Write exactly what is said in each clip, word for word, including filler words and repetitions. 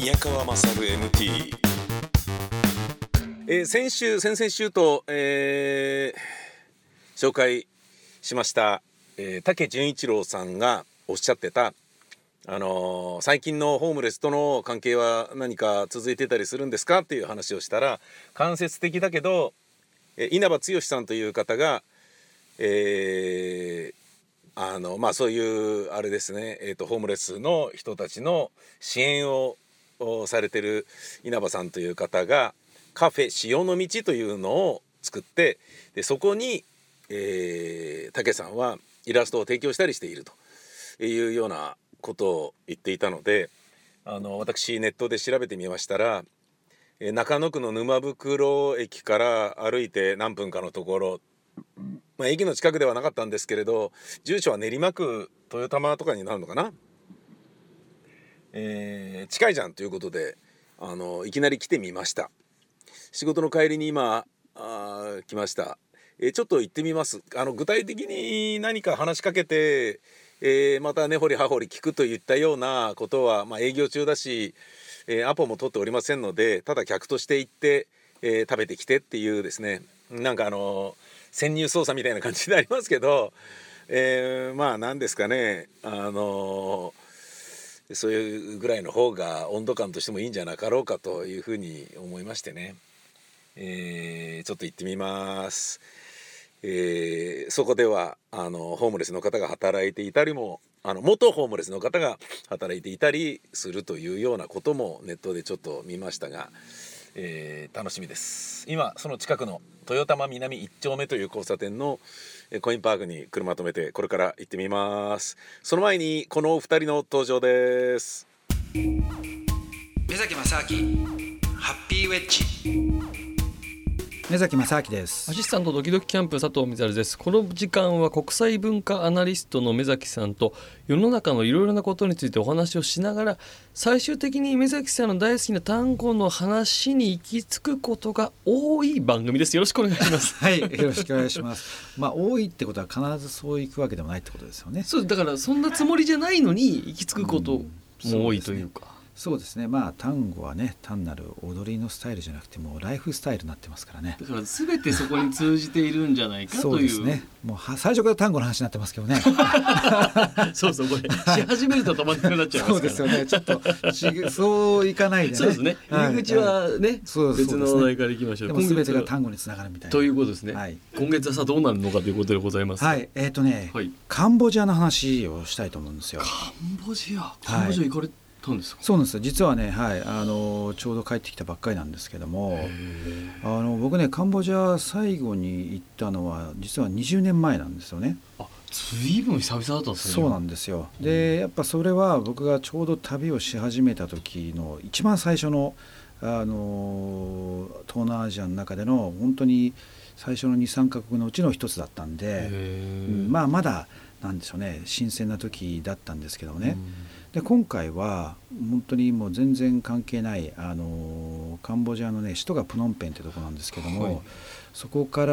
宮川勝 エムティー、えー、先週先々週と、えー、紹介しました、えー、武淳一郎さんがおっしゃってた、あのー、最近のホームレスとの関係は何か続いてたりするんですかっていう話をしたら、間接的だけど、えー、稲葉剛さんという方が、えーあのまあ、そういうあれですね、えーと、ホームレスの人たちの支援をされてる稲葉さんという方がカフェ潮の道というのを作って、でそこに、えー、武さんはイラストを提供したりしているというようなことを言っていたので、あの私ネットで調べてみましたら、中野区の沼袋駅から歩いて何分かのところ、まあ、駅の近くではなかったんですけれど、住所は練馬区豊玉とかになるのかな、えー、近いじゃんということで、あのいきなり来てみました。仕事の帰りに今あ来ました。えー、ちょっと行ってみます。あの具体的に何か話しかけて、えー、また根掘り葉掘り聞くといったようなことは、まあ、営業中だし、えー、アポも取っておりませんので、ただ客として行って、えー、食べてきてっていうですね、なんかあの潜入捜査みたいな感じでありますけど、えー、まあ何ですかね、あのそういうぐらいの方が温度感としてもいいんじゃなかろうかというふうに思いましてね、えー、ちょっと行ってみます。えー、そこではあのホームレスの方が働いていたりも、あの元ホームレスの方が働いていたりするというようなこともネットでちょっと見ましたが、えー、楽しみです。今その近くの豊玉南いっ丁目という交差点のコインパークに車止めてこれから行ってみます。その前にこのお二人の登場です。 目崎正明ハッピーウェッジ。 目崎正明です。 アシスタントドキドキキャンプ佐藤光です。この時間は国際文化アナリストの目崎さんと世の中のいろいろなことについてお話をしながら、最終的に目崎さんの大好きな単語の話に行き着くことが多い番組です。よろしくお願いしますはい、よろしくお願いしますまあ多いってことは必ずそういくわけでもないってことですよね。 そうだから、そんなつもりじゃないのに行き着くことも多いというか、 そうですね。まあ単語はね、単なる踊りのスタイルじゃなくてもうライフスタイルになってますからね。 だから全てそこに通じているんじゃないかという。 そうですね。もう最初から単語の話になってますけどねそうそう、これし始めると止まんなくなっちゃいますから。そうですよね。 ちょっとそういかないでね。 そうですね。入り口はね、はい、別の話題からいきましょう。 でも全てが単語につながるみたいなということですね、 はい、 今月はさどうなるのかということでございます。 はい、えーとね、はい、カンボジアの話をしたいと思うんですよ。 カンボジアカンボジア行かれたんですか？ そうなんですよ。実はね、はい、あのちょうど帰ってきたばっかりなんですけども、あの僕ねカンボジア最後に行ったのは実はにじゅうねんまえなんですよね。 あ、随分久々だったんですね。 そうなんですよ。でやっぱそれは僕がちょうど旅をし始めた時の一番最初のあの東南アジアの中での本当に最初の に,さん カ国のうちの一つだったんで、うん、まあまだなんでしょうね、新鮮な時だったんですけどね。で今回は本当にもう全然関係ないあのカンボジアのね首都がプノンペンってとこなんですけども、はい、そこから、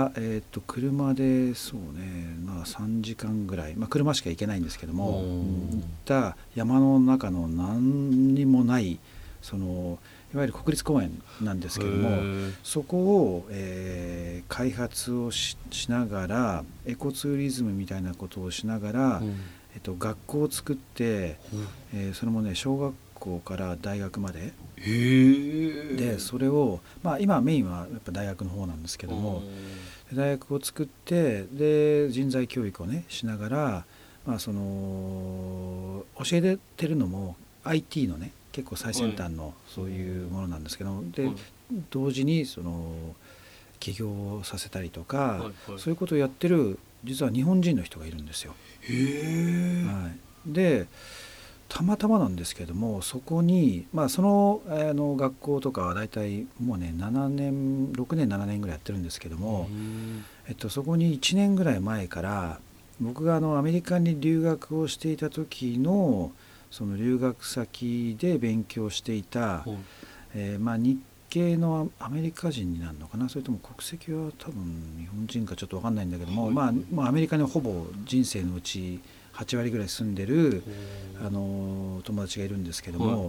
えー、と車でそうね、まあ、さんじかんぐらい、まあ、車しか行けないんですけども、行った山の中の何にもないそのいわゆる国立公園なんですけども、そこを、えー、開発を し, しながらエコツーリズムみたいなことをしながら、うんえっと、学校を作って、うんえー、それもね小学校から大学までへでそれを、まあ、今メインはやっぱ大学の方なんですけども、大学を作ってで人材教育をねしながら、まあ、その教えてるのも アイティー のね結構最先端のそういうものなんですけど、で同時にその起業をさせたりとか、はいはい、そういうことをやってる実は日本人の人がいるんですよ。 へー、 はい、でたまたまなんですけどもそこに、まあ、その、あの学校とかはだいたいもうねななねんろくねんななねんぐらいやってるんですけども、えっと、そこにいちねんぐらい前から僕があのアメリカに留学をしていた時のその留学先で勉強していた、うんえーまあ、日系のアメリカ人になるのかな、それとも国籍は多分日本人かちょっと分かんないんだけども、まあ、まあアメリカにほぼ人生のうちはちわりぐらい住んでるあの友達がいるんですけども、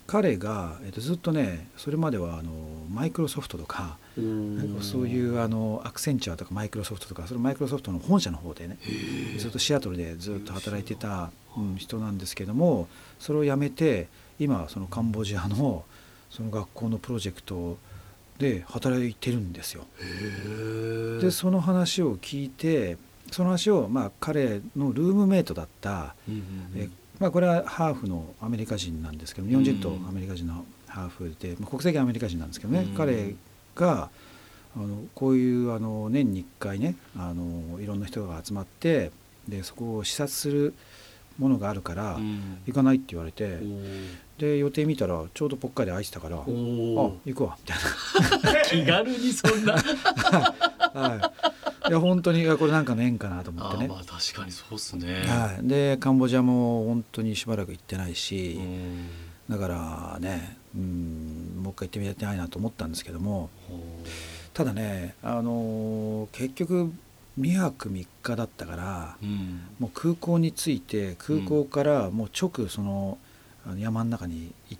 彼が、えっと、ずっとねそれまではあのマイクロソフトとかそういうあのアクセンチュアとかマイクロソフトとかそれマイクロソフトの本社の方でねずっとシアトルでずっと働いてた、うん、人なんですけども、それを辞めて今そのカンボジアのその学校のプロジェクトで働いてるんですよ。でその話を聞いて、その話をまあ彼のルームメイトだった、うんうんうんえまあ、これはハーフのアメリカ人なんですけど、日本人とアメリカ人のハーフで、まあ、国籍はアメリカ人なんですけどね、うん、彼があのこういうあの年にいっかいねあのいろんな人が集まってでそこを視察するものがあるから行かないって言われて、うん、で予定見たらちょうどぽっかり空いてたから、あ行くわみたいな気軽にそんなはい、いや本当にこれなんかの縁かなと思ってね。 あまあ確かにそうっすね、 はい、でカンボジアも本当にしばらく行ってないし、だからねうんもう一回行ってみたいなと思ったんですけども、ただねあのー、結局にはくみっかだったから、うん、もう空港に着いて空港からもう直その山の中に行って、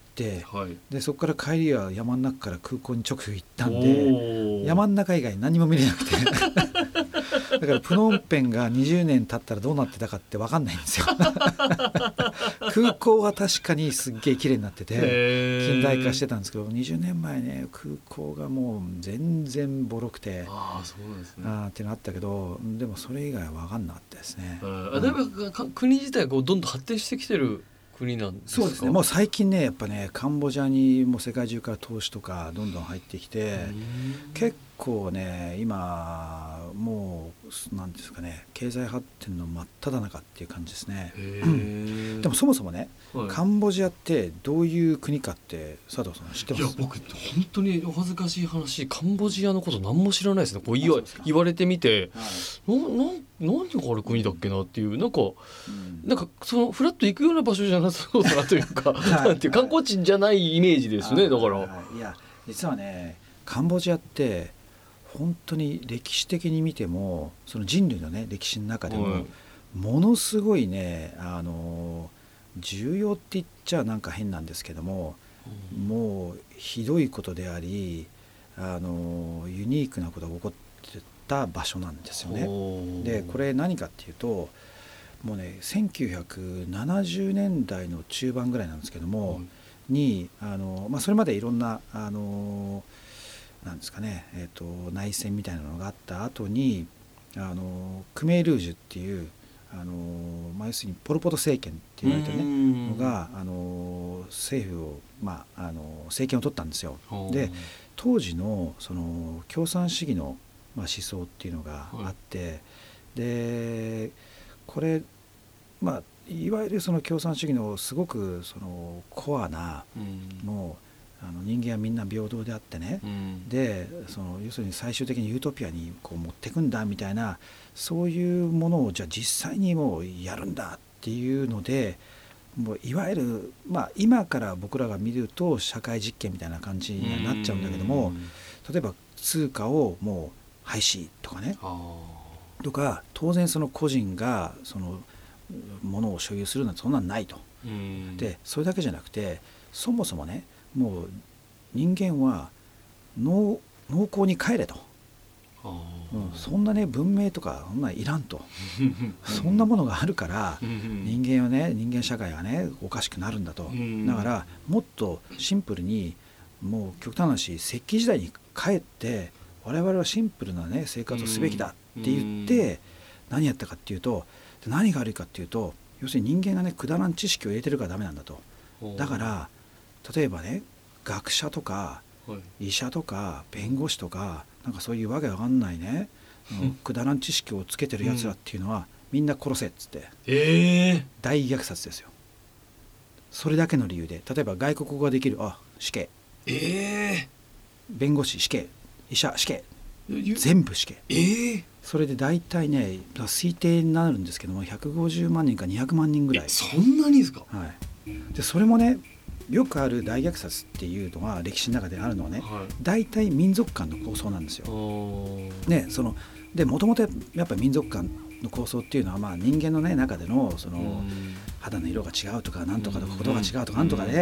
はい、でそこから帰りは山の中から空港に直行ったんで山の中以外何も見れなくてだからプノンペンがにじゅうねん経ったらどうなってたかって分かんないんですよ空港は確かにすっげえ綺麗になってて近代化してたんですけど、にじゅうねんまえね空港がもう全然ボロくてああそうですねあってなったけど、でもそれ以外は分かんなかったですね。 あだいぶ国自体がどんどん発展してきてる国なんですか？ そうですね、もう最近ねやっぱねカンボジアにもう世界中から投資とかどんどん入ってきて、結構ね今もうなんですかね経済発展の真っ只中っていう感じですね。でもそもそもね、はい、カンボジアってどういう国かって佐藤さん知ってます？ いや僕本当にお恥ずかしい話カンボジアのこと何も知らないですね。こう 言, わ言われてみて、はい、なな何がある国だっけなっていうなんか、うん、なんかそのフラッと行くような場所じゃなそうだなというかなんていう観光地じゃないイメージですね。だからいや実はねカンボジアって本当に歴史的に見てもその人類のね歴史の中でもものすごいねあの重要って言っちゃなんか変なんですけども、うん、もうひどいことでありあのユニークなことが起こってた場所なんですよね。でこれ何かっていうともうねせんきゅうひゃくななじゅうねんだいの中盤ぐらいなんですけども、うん、にあの、まあ、それまでいろんなあのなんですかね、えーと、内戦みたいなのがあった後にあのクメールージュっていうあの、まあ、要するにポル・ポト政権って言われてる、ね、のがあの政府を、まあ、あの政権を取ったんですよ。で当時のその共産主義の、まあ、思想っていうのがあって、はい、でこれ、まあ、いわゆるその共産主義のすごくそのコアな、うん、もうあの人間はみんな平等であってね、うん、でその要するに最終的にユートピアにこう持っていくんだみたいなそういうものをじゃあ実際にもうやるんだっていうのでもういわゆる、まあ、今から僕らが見ると社会実験みたいな感じになっちゃうんだけども、例えば通貨をもう廃止とかねとか当然その個人がそのものを所有するなんてそんなんないと。でそれだけじゃなくてそもそもねもう人間は 農, 農耕に帰れと、うん、そんなね文明とかそんなんいらんとそんなものがあるから人間はね人間社会はねおかしくなるんだと。だからもっとシンプルにもう極端な話石器時代に帰って我々はシンプルなね生活をすべきだって言って何やったかっていうと何が悪いかっていうと要するに人間がねくだらん知識を入れてるからダメなんだと。だから例えばね学者とか医者とか弁護士とかなんかそういうわけわかんないね、うん、くだらん知識をつけてるやつらっていうのは、うん、みんな殺せっつって、えー、大虐殺ですよ。それだけの理由で例えば外国語ができるあ死刑、えー、弁護士死刑医者死刑全部死刑、えー、それで大体ね推定になるんですけどもひゃくごじゅうまんにんかにひゃくまんにんぐらい。 そんなにですか？ はい、でそれもねよくある大虐殺っていうのは歴史の中であるのはね、はい、大体民族間の構想なんですよ。ね、そのでもともとやっぱり民族間の構想っていうのはまあ人間の、ね、中での、その肌の色が違うとかなんとかとか言葉が違うとかなんとかで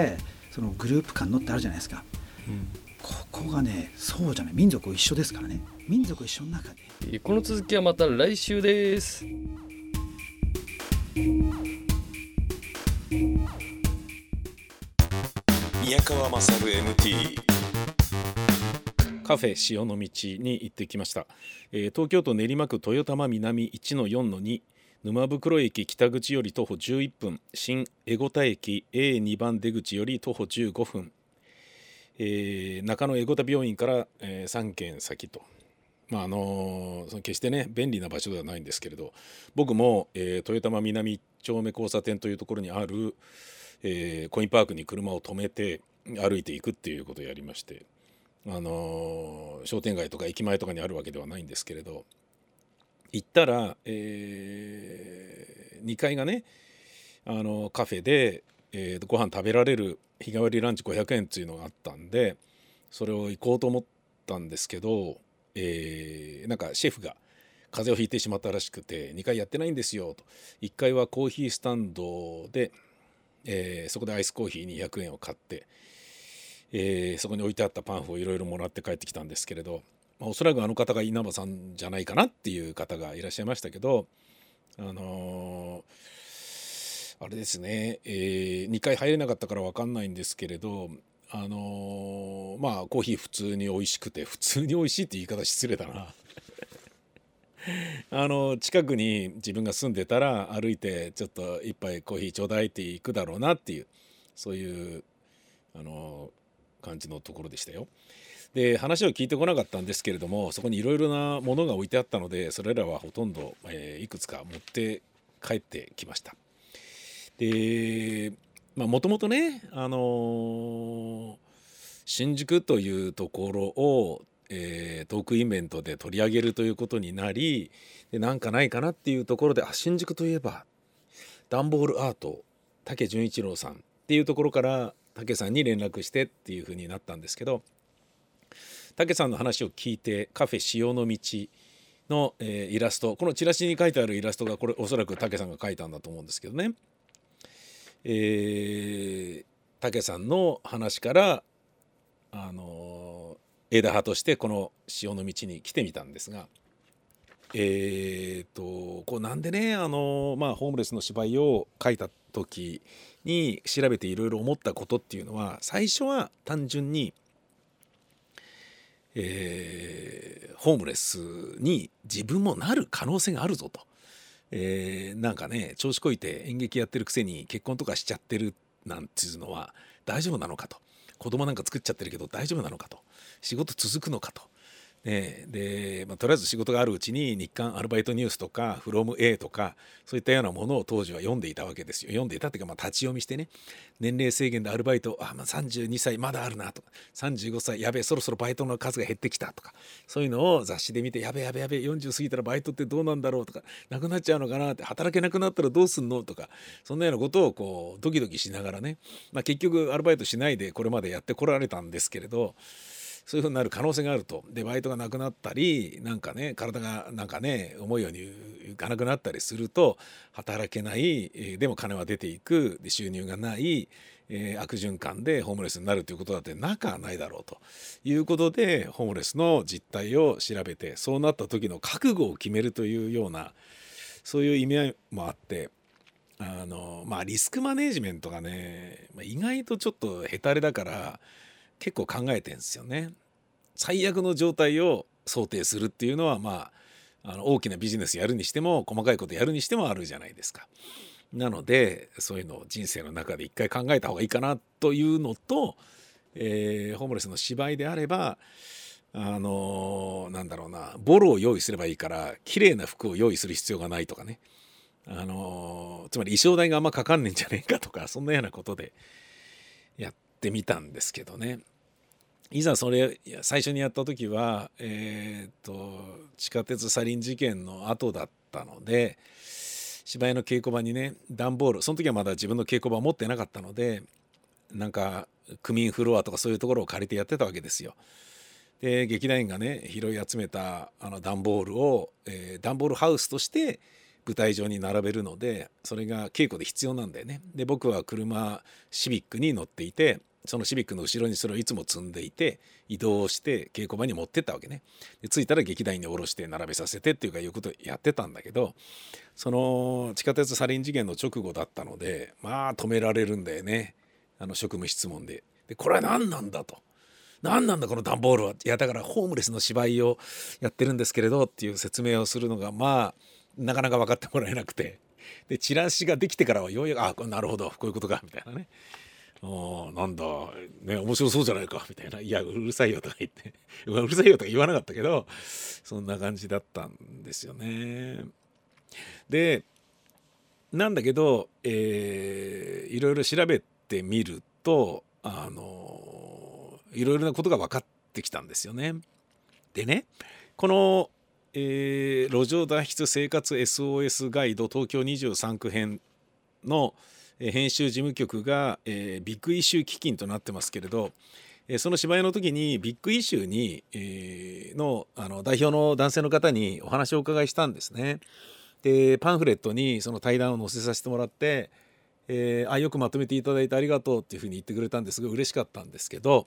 そのグループ感のってあるじゃないですか、 うん、 ここがねそうじゃない、民族一緒ですからね。民族一緒の中でこの続きはまた来週です。 宮川勝 エムティー カフェ潮の道に行ってきました、えー、東京都練馬区豊玉南 いちのよんのに 沼袋駅北口より徒歩じゅういっぷん、新江古田駅 エーに 番出口より徒歩じゅうごふん、えー、中野江古田病院から、えー、さんけん先と、まああのー、決してね便利な場所ではないんですけれど、僕も、えー、豊玉南いち丁目交差点というところにある、えー、コインパークに車を止めて歩いていくっていうことをやりまして、あのー、商店街とか駅前とかにあるわけではないんですけれど、行ったら、えー、にかいがね、あのカフェで、えー、ご飯食べられる日替わりランチごひゃくえんっていうのがあったんで、それを行こうと思ったんですけど、えー、なんかシェフが風邪をひいてしまったらしくてにかいやってないんですよと。いっかいはコーヒースタンドで、えー、そこでアイスコーヒーにひゃくえんを買って、えー、そこに置いてあったパンフをいろいろもらって帰ってきたんですけれど、まあ、おそらくあの方が稲葉さんじゃないかなっていう方がいらっしゃいましたけど、あのー、あれですね、えー、にかい入れなかったから分かんないんですけれど、あのー、まあコーヒー普通に美味しくて、普通に美味しいって言い方失礼だなあの近くに自分が住んでたら歩いてちょっと一杯コーヒーちょうだいって行くだろうなっていう、そういうあの感じのところでしたよ。で話を聞いてこなかったんですけれども、そこにいろいろなものが置いてあったので、それらはほとんど、えー、いくつか持って帰ってきました。でもともとね、あのー、新宿というところを、えー、トークイベントで取り上げるということになり、でなんかないかなっていうところで、あ新宿といえばダンボールアート武淳一郎さんっていうところから武さんに連絡してっていう風になったんですけど、武さんの話を聞いてカフェ潮の道の、えー、イラスト、このチラシに書いてあるイラストがこれおそらく武さんが描いたんだと思うんですけどね、えー、武さんの話からあのー、枝葉としてこの潮の道に来てみたんですが、えー、とこうなんでね、あのー、まあホームレスの芝居を書いた時に調べていろいろ思ったことっていうのは、最初は単純にえー、ホームレスに自分もなる可能性があるぞと、えー、なんかね調子こいて演劇やってるくせに結婚とかしちゃってるなんていうのは大丈夫なのかと、子供なんか作っちゃってるけど大丈夫なのかと、仕事続くのかと、ね、で、まあ、とりあえず仕事があるうちに日刊アルバイトニュースとかフロム A とかそういったようなものを当時は読んでいたわけですよ。読んでいたっていうか、まあ、立ち読みしてね、年齢制限でアルバイト、あ、まあ、さんじゅうにさいまだあるなとか、さんじゅうごさいやべえそろそろバイトの数が減ってきたとか、そういうのを雑誌で見て、やべえやべえやべえよんじゅう過ぎたらバイトってどうなんだろうとか、なくなっちゃうのかなって、働けなくなったらどうすんのとか、そんなようなことをこうドキドキしながらね、まあ、結局アルバイトしないでこれまでやってこられたんですけれど、そういうふうになる可能性があると。でバイトがなくなったり、なんかね体がなんかね思うようにいかなくなったりすると、働けない、えー、でも金は出ていく、で収入がない、えー、悪循環でホームレスになるということだってなかないだろうということで、ホームレスの実態を調べて、そうなった時の覚悟を決めるというような、そういう意味合いもあって、あのまあリスクマネジメントがね、まあ、意外とちょっとヘタレだから結構考えてんですよね。最悪の状態を想定するっていうのは、まあ、あの大きなビジネスやるにしても細かいことやるにしてもあるじゃないですか。なのでそういうのを人生の中で一回考えた方がいいかなというのと、えー、ホームレスの芝居であれば、あのー、なんだろうな、ボロを用意すればいいから綺麗な服を用意する必要がないとかね、あのー、つまり衣装代があんまかかんねえんじゃねえかとか、そんなようなことでやってみたんですけどね。いざそれ最初にやった時は、えー、と地下鉄サリン事件の後だったので、芝居の稽古場にね段ボール、その時はまだ自分の稽古場を持ってなかったので、なんか区民フロアとかそういうところを借りてやってたわけですよ。で劇団員がね拾い集めたあの段ボールを、えー、段ボールハウスとして舞台上に並べるので、それが稽古で必要なんだよね。で僕は車シビックに乗っていて、 そのシビックの後ろにそれをいつも積んでいて、移動して稽古場に持ってったわけね。で着いたら劇団員に下ろして並べさせてっていうかいうことをやってたんだけど、その地下鉄サリン事件の直後だったので、まあ止められるんだよね、あの職務質問で。でこれは何なんだと、何なんだこの段ボールは。いやだからホームレスの芝居をやってるんですけれどっていう説明をするのがまあなかなか分かってもらえなくて、でチラシができてからはようやく、あなるほどこういうことかみたいなね、あなんだね面白そうじゃないかみたいな、いやうるさいよとか言ってうるさいよとか言わなかったけど、そんな感じだったんですよね。でなんだけど、えー、いろいろ調べてみるとあのいろいろなことが分かってきたんですよね。でねこの、えー、路上脱出生活 エスオーエス ガイド東京にじゅうさん区編の編集事務局が、えー、ビッグイシュー基金となってますけれど、えー、その芝居の時にビッグイシューに、えー、の, あの代表の男性の方にお話をお伺いしたんですね。でパンフレットにその対談を載せさせてもらって、えー、あよくまとめていただいてありがとうっていうふうに言ってくれたんですごい嬉しかったんですけど、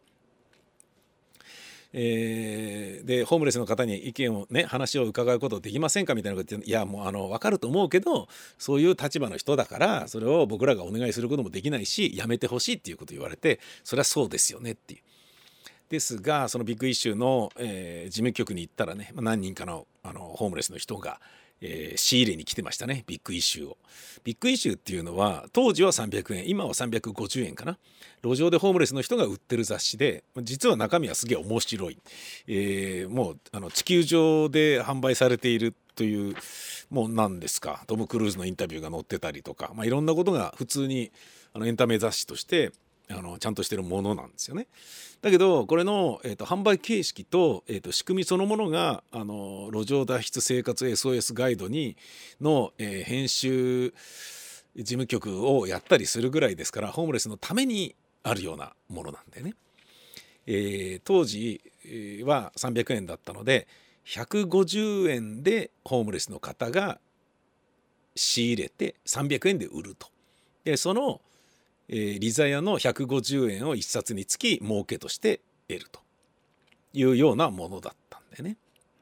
えー、でホームレスの方に意見をね話を伺うことできませんかみたいなこと言って、いやもうあの分かると思うけどそういう立場の人だからそれを僕らがお願いすることもできないしやめてほしいっていうことを言われて、それはそうですよねっていう。ですがそのビッグイシューの、えー、事務局に行ったらね、まあ、何人かの、あのホームレスの人が、えー、仕入れに来てましたね、ビッグイシューを。ビッグイシューっていうのは当時はさんびゃくえん、今はさんびゃくごじゅうえんかな、路上でホームレスの人が売ってる雑誌で、実は中身はすげえ面白い、えー、もうあの地球上で販売されているという、もう何ですか、トム・クルーズのインタビューが載ってたりとか、まあ、いろんなことが普通にあのエンタメ雑誌としてあのちゃんとしてるものなんですよね。だけどこれの、えー、と販売形式と、えー、と仕組みそのものがあの路上脱出生活 エスオーエス ガイドにの、えー、編集事務局をやったりするぐらいですから、ホームレスのためにあるようなものなんでね、えー、当時はさんびゃくえんだったのでひゃくごじゅうえんでホームレスの方が仕入れてさんびゃくえんで売ると。でそのえー、リザヤのひゃくごじゅうえんをいっさつにつき儲けとして得るというようなものだったんだよね。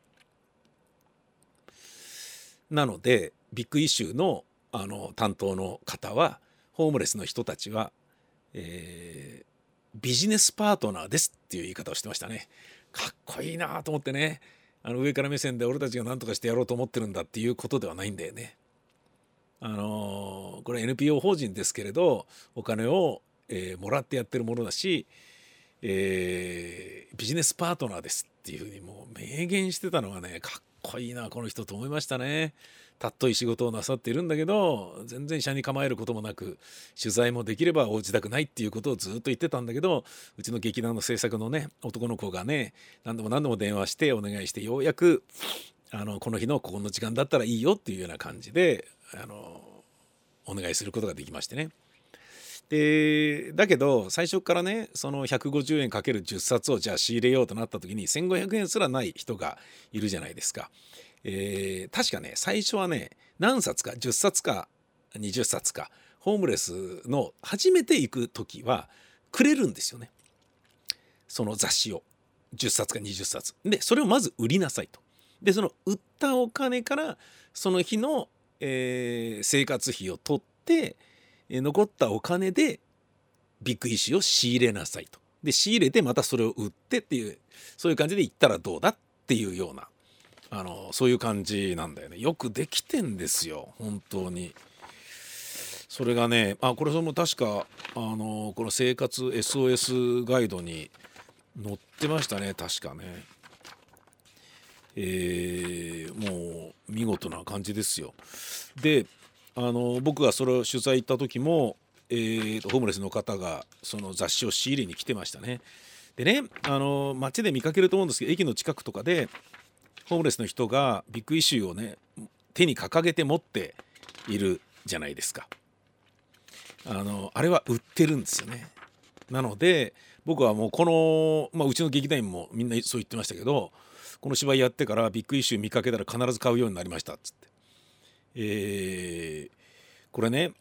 なのでビッグイシューの、あの担当の方はホームレスの人たちは、えー、ビジネスパートナーですっていう言い方をしてましたね。かっこいいなと思ってね、あの上から目線で俺たちが何とかしてやろうと思ってるんだっていうことではないんだよね。あのー、これ エヌピーオー 法人ですけれどお金を、えー、もらってやってるものだし、えー、ビジネスパートナーですっていうふうにもう明言してたのがね、かっこいいなこの人と思いましたね。たっとい仕事をなさっているんだけど全然車に構えることもなく取材もできれば応じたくないっていうことをずっと言ってたんだけど、うちの劇団の制作のね男の子がね何度も何度も電話してお願いしてようやくあのこの日のここの時間だったらいいよっていうような感じであのお願いすることができましてね。でだけど最初からねそのひゃくごじゅうえんかけるじゅっさつをじゃあ仕入れようとなった時にせんごひゃくえんすらない人がいるじゃないですか。えー、確かね最初はね何冊かじゅっさつかにじゅっさつかホームレスの初めて行く時はくれるんですよね、その雑誌をじゅっさつかにじゅっさつで、それをまず売りなさいと。でその売ったお金からその日の、えー、生活費を取って、えー、残ったお金でビッグイシューを仕入れなさいと。で仕入れてまたそれを売ってっていう、そういう感じで行ったらどうだっていうようなあのそういう感じなんだよね。よくできてんですよ本当に。それがねあこれそれも確かあのこの生活 エスオーエス ガイドに載ってましたね確かね。えー、もう見事な感じですよ。であの僕がそれを取材行った時も、えー、ホームレスの方がその雑誌を仕入れに来てましたね。でねあの街で見かけると思うんですけど駅の近くとかでホームレスの人がビッグイシューをね手に掲げて持っているじゃないですか。あのあれは売ってるんですよね。なので僕はもうこの、まあ、うちの劇団員もみんなそう言ってましたけど、この芝居やってからビッグイシュー見かけたら必ず買うようになりましたっつって、えー、これね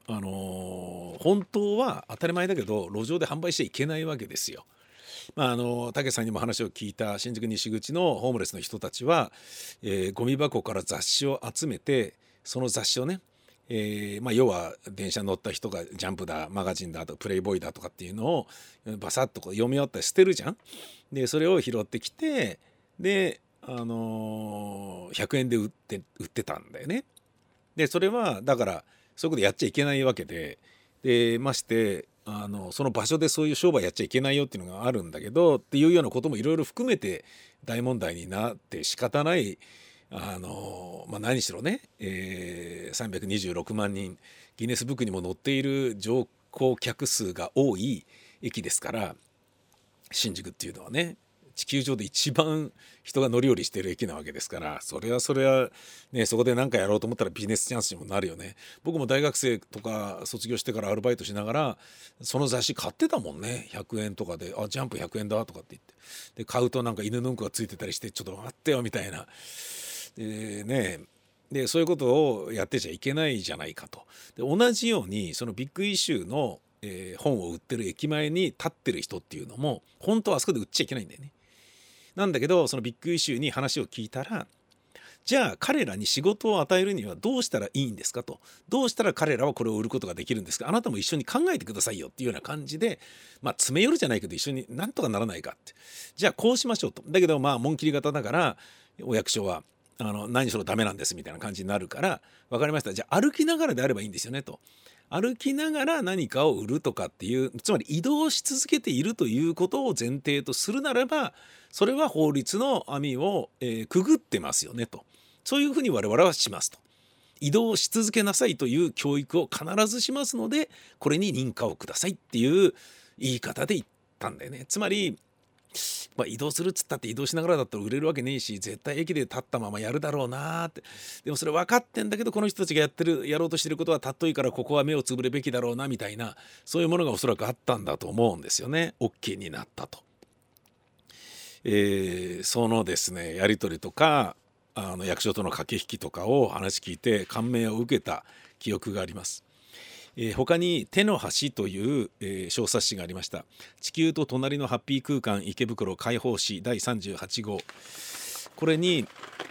あのー本当は当たり前だけど路上で販売しちゃいけないわけですよ。まあ、あの武さんにも話を聞いた新宿西口のホームレスの人たちは、えーゴミ箱から雑誌を集めて、その雑誌をね、えーまあ、要は電車に乗った人がジャンプだマガジンだとかプレイボーイだとかっていうのをバサッとこう読み終わったり捨てるじゃん。でそれを拾ってきて、で、あのーひゃくえんで売って売ってたんだよね。でそれはだからそういうことやっちゃいけないわけで、でましてあのその場所でそういう商売やっちゃいけないよっていうのがあるんだけどっていうようなこともいろいろ含めて大問題になって仕方ない。あのまあ、何しろね、えー、さんびゃくにじゅうろくまんにんギネスブックにも載っている乗降客数が多い駅ですから、新宿っていうのはね地球上で一番人が乗り降りしている駅なわけですから、それはそれはね、そこで何かやろうと思ったらビジネスチャンスにもなるよね。僕も大学生とか卒業してからアルバイトしながらその雑誌買ってたもんね。ひゃくえんとかで、あジャンプひゃくえんだとかって言って、で買うとなんか犬のうんこがついてたりして、ちょっと待ってよみたいな、でね、でそういうことをやってちゃいけないじゃないかと。で同じようにそのビッグイシューの、えー本を売ってる駅前に立ってる人っていうのも本当はあそこで売っちゃいけないんだよね。なんだけどそのビッグイシューに話を聞いたら、じゃあ彼らに仕事を与えるにはどうしたらいいんですかと、どうしたら彼らはこれを売ることができるんですか、あなたも一緒に考えてくださいよっていうような感じで、まあ詰め寄るじゃないけど一緒になんとかならないかって、じゃあこうしましょうと。だけどまあ紋切り型だからお役所はあの何しろダメなんですみたいな感じになるから、分かりました、じゃあ歩きながらであればいいんですよねと。歩きながら何かを売るとかっていう、つまり移動し続けているということを前提とするならば、それは法律の網を、えーくぐってますよねと。そういうふうに我々はしますと。移動し続けなさいという教育を必ずしますので、これに認可をくださいっていう言い方で言ったんだよね。つまりまあ、移動するっつったって移動しながらだったら売れるわけねえし、絶対駅で立ったままやるだろうなって。でもそれ分かってんだけど、この人たちがやってるやろうとしてることはたっといからここは目をつぶるべきだろうなみたいな、そういうものがおそらくあったんだと思うんですよね。 OK になったと、えーそのですねやり取りとかあの役所との駆け引きとかを話聞いて感銘を受けた記憶があります。えー他に手の橋という、えー小冊子がありました。地球と隣のハッピー空間池袋開放誌だいさんじゅうはちごう、これに、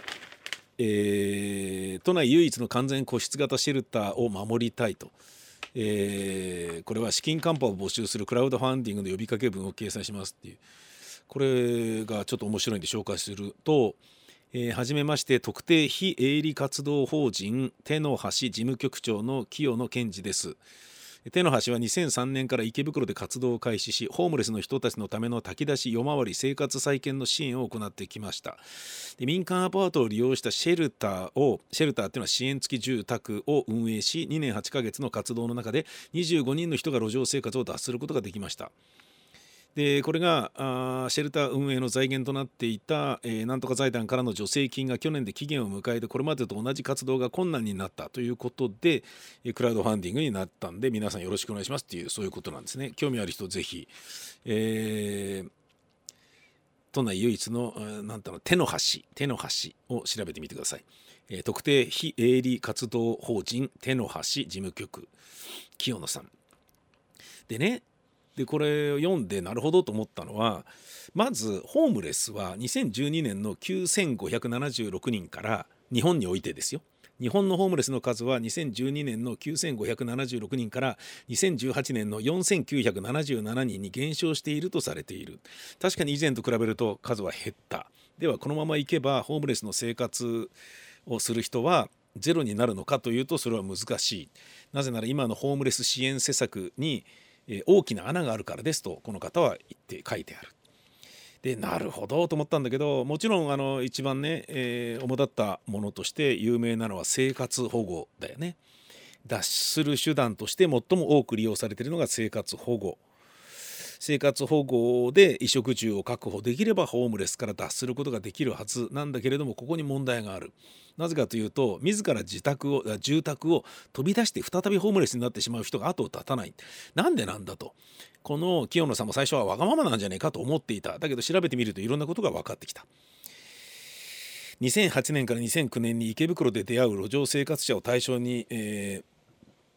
えー都内唯一の完全個室型シェルターを守りたいと、えーこれは資金カンパを募集するクラウドファンディングの呼びかけ文を掲載しますっていう、これがちょっと面白いんで紹介すると、えーはじめまして、特定非営利活動法人手の橋事務局長の清野健二です。手の橋はにせんさんねんから池袋で活動を開始し、ホームレスの人たちのための炊き出し夜回り生活再建の支援を行ってきました。で民間アパートを利用したシェルターをシェルターっていうのは支援付き住宅を運営し、にねんはちかげつの活動の中でにじゅうごにんの人が路上生活を脱することができました。でこれがあシェルター運営の財源となっていた、えー、なんとか財団からの助成金が去年で期限を迎えて、これまでと同じ活動が困難になったということで、えー、クラウドファンディングになったんで、皆さんよろしくお願いしますっていう、そういうことなんですね。興味ある人ぜひ、えー、都内唯一のなんだろう手の橋手の橋を調べてみてください。えー、特定非営利活動法人手の橋事務局清野さんでね。でこれを読んでなるほどと思ったのは、まずホームレスはにせんじゅうにねんのきゅうせんごひゃくななじゅうろくにんから日本においてですよ、日本のホームレスの数はにせんじゅうにねんのきゅうせんごひゃくななじゅうろくにんからにせんじゅうはちねんのよんせんきゅうひゃくななじゅうななにんに減少しているとされている。確かに以前と比べると数は減った。ではこのままいけばホームレスの生活をする人はゼロになるのかというと、それは難しい。なぜなら今のホームレス支援施策に大きな穴があるからですとこの方は言って書いてある。でなるほどと思ったんだけど、もちろんあの一番ね、えー、主だったものとして有名なのは生活保護だよね。脱する手段として最も多く利用されているのが生活保護。生活保護で衣食住を確保できればホームレスから脱することができるはずなんだけれども、ここに問題がある。なぜかというと、自ら自宅を住宅を飛び出して再びホームレスになってしまう人が後を絶たない。なんでなんだと、この清野さんも最初はわがままなんじゃないかと思っていた。だけど調べてみるといろんなことが分かってきた。にせんはちねんからにせんきゅうねんに池袋で出会う路上生活者を対象に、えー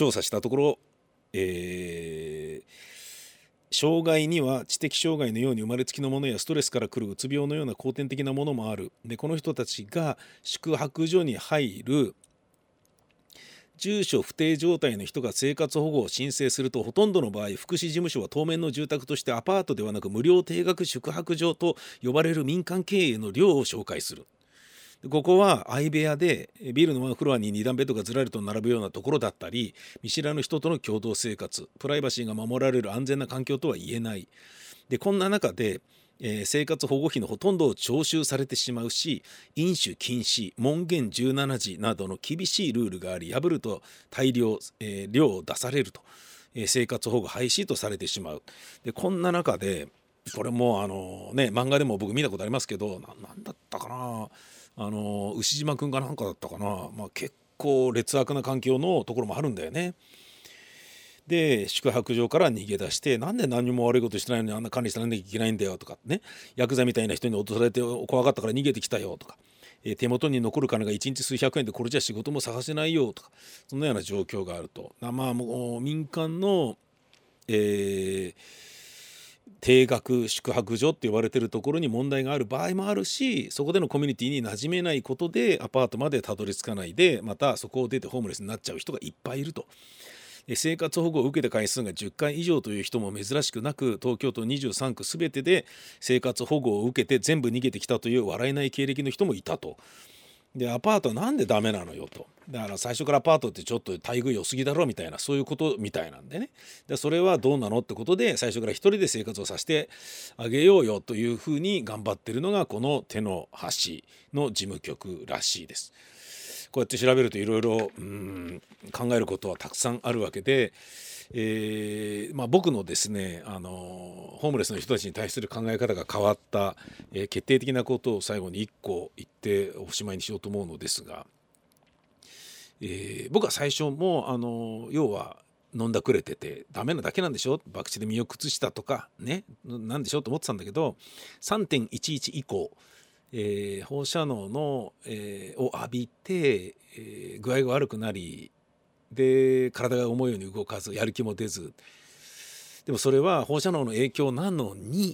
調査したところ、えー障害には知的障害のように生まれつきのものやストレスから来るうつ病のような後天的なものもある。でこの人たちが宿泊所に入る住所不定状態の人が生活保護を申請すると、ほとんどの場合福祉事務所は当面の住宅としてアパートではなく無料定額宿泊所と呼ばれる民間経営の寮を紹介する。ここは相部屋でビルのワンフロアにに段ベッドがずらりと並ぶようなところだったり、見知らぬ人との共同生活、プライバシーが守られる安全な環境とは言えない。でこんな中で、えー生活保護費のほとんどを徴収されてしまうし、飲酒禁止、門限じゅうしちじなどの厳しいルールがあり、破ると大量、えー量を出されると、えー生活保護廃止とされてしまう。でこんな中でこれもあのね漫画でも僕見たことありますけど、ななんだったかな、あの牛島くんかなんかだったかな、まあ、結構劣悪な環境のところもあるんだよね。で宿泊場から逃げ出して、なんで何も悪いことしてないのにあんな管理されなきゃいけないんだよとかね、ヤクザみたいな人に脅されて怖かったから逃げてきたよとか、えー手元に残る金がいちにち数百円でこれじゃ仕事も探せないよとか、そんなような状況があると。なまあもう民間の、えー定額宿泊所って呼ばれてるところに問題がある場合もあるし、そこでのコミュニティに馴染めないことでアパートまでたどり着かないで、またそこを出てホームレスになっちゃう人がいっぱいいると。で生活保護を受けた回数がじゅっかい以上という人も珍しくなく、東京都にじゅうさんくすべてで生活保護を受けて全部逃げてきたという笑えない経歴の人もいたと。でアパートはなんでダメなのよと。だから最初からアパートってちょっと待遇良すぎだろみたいな、そういうことみたいなんでね。でそれはどうなのってことで、最初から一人で生活をさせてあげようよというふうに頑張ってるのがこの手の橋の事務局らしいです。こうやって調べるといろいろ考えることはたくさんあるわけで、えーまあ、僕のですねあのホームレスの人たちに対する考え方が変わった、えー決定的なことを最後にいっこ言っておしまいにしようと思うのですが、えー僕は最初もあの要は飲んだくれててダメなだけなんでしょ、博打で身を崩したとかねなんでしょと思ってたんだけど、 さんてんいちいち 以降、えー放射能の、えーを浴びて、えー具合が悪くなり、で体が思うように動かずやる気も出ず、でもそれは放射能の影響なのに、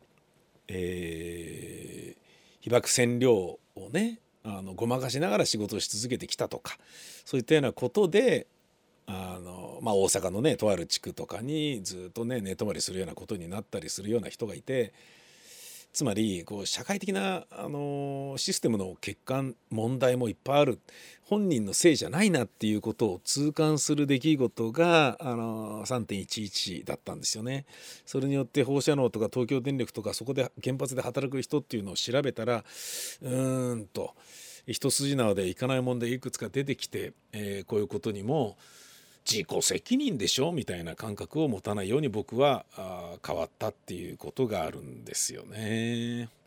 えー被爆線量をねあのごまかしながら仕事をし続けてきたとか、そういったようなことであの、まあ、大阪のねとある地区とかにずっとね寝泊まりするようなことになったりするような人がいて、つまりこう社会的なあのシステムの欠陥問題もいっぱいある、本人のせいじゃないなっていうことを痛感する出来事があの さんてんいちいち だったんですよね。それによって放射能とか東京電力とかそこで原発で働く人っていうのを調べたら、うーんと一筋縄でいかない問題いくつか出てきて、えーこういうことにも自己責任でしょみたいな感覚を持たないように僕はあー変わったっていうことがあるんですよね。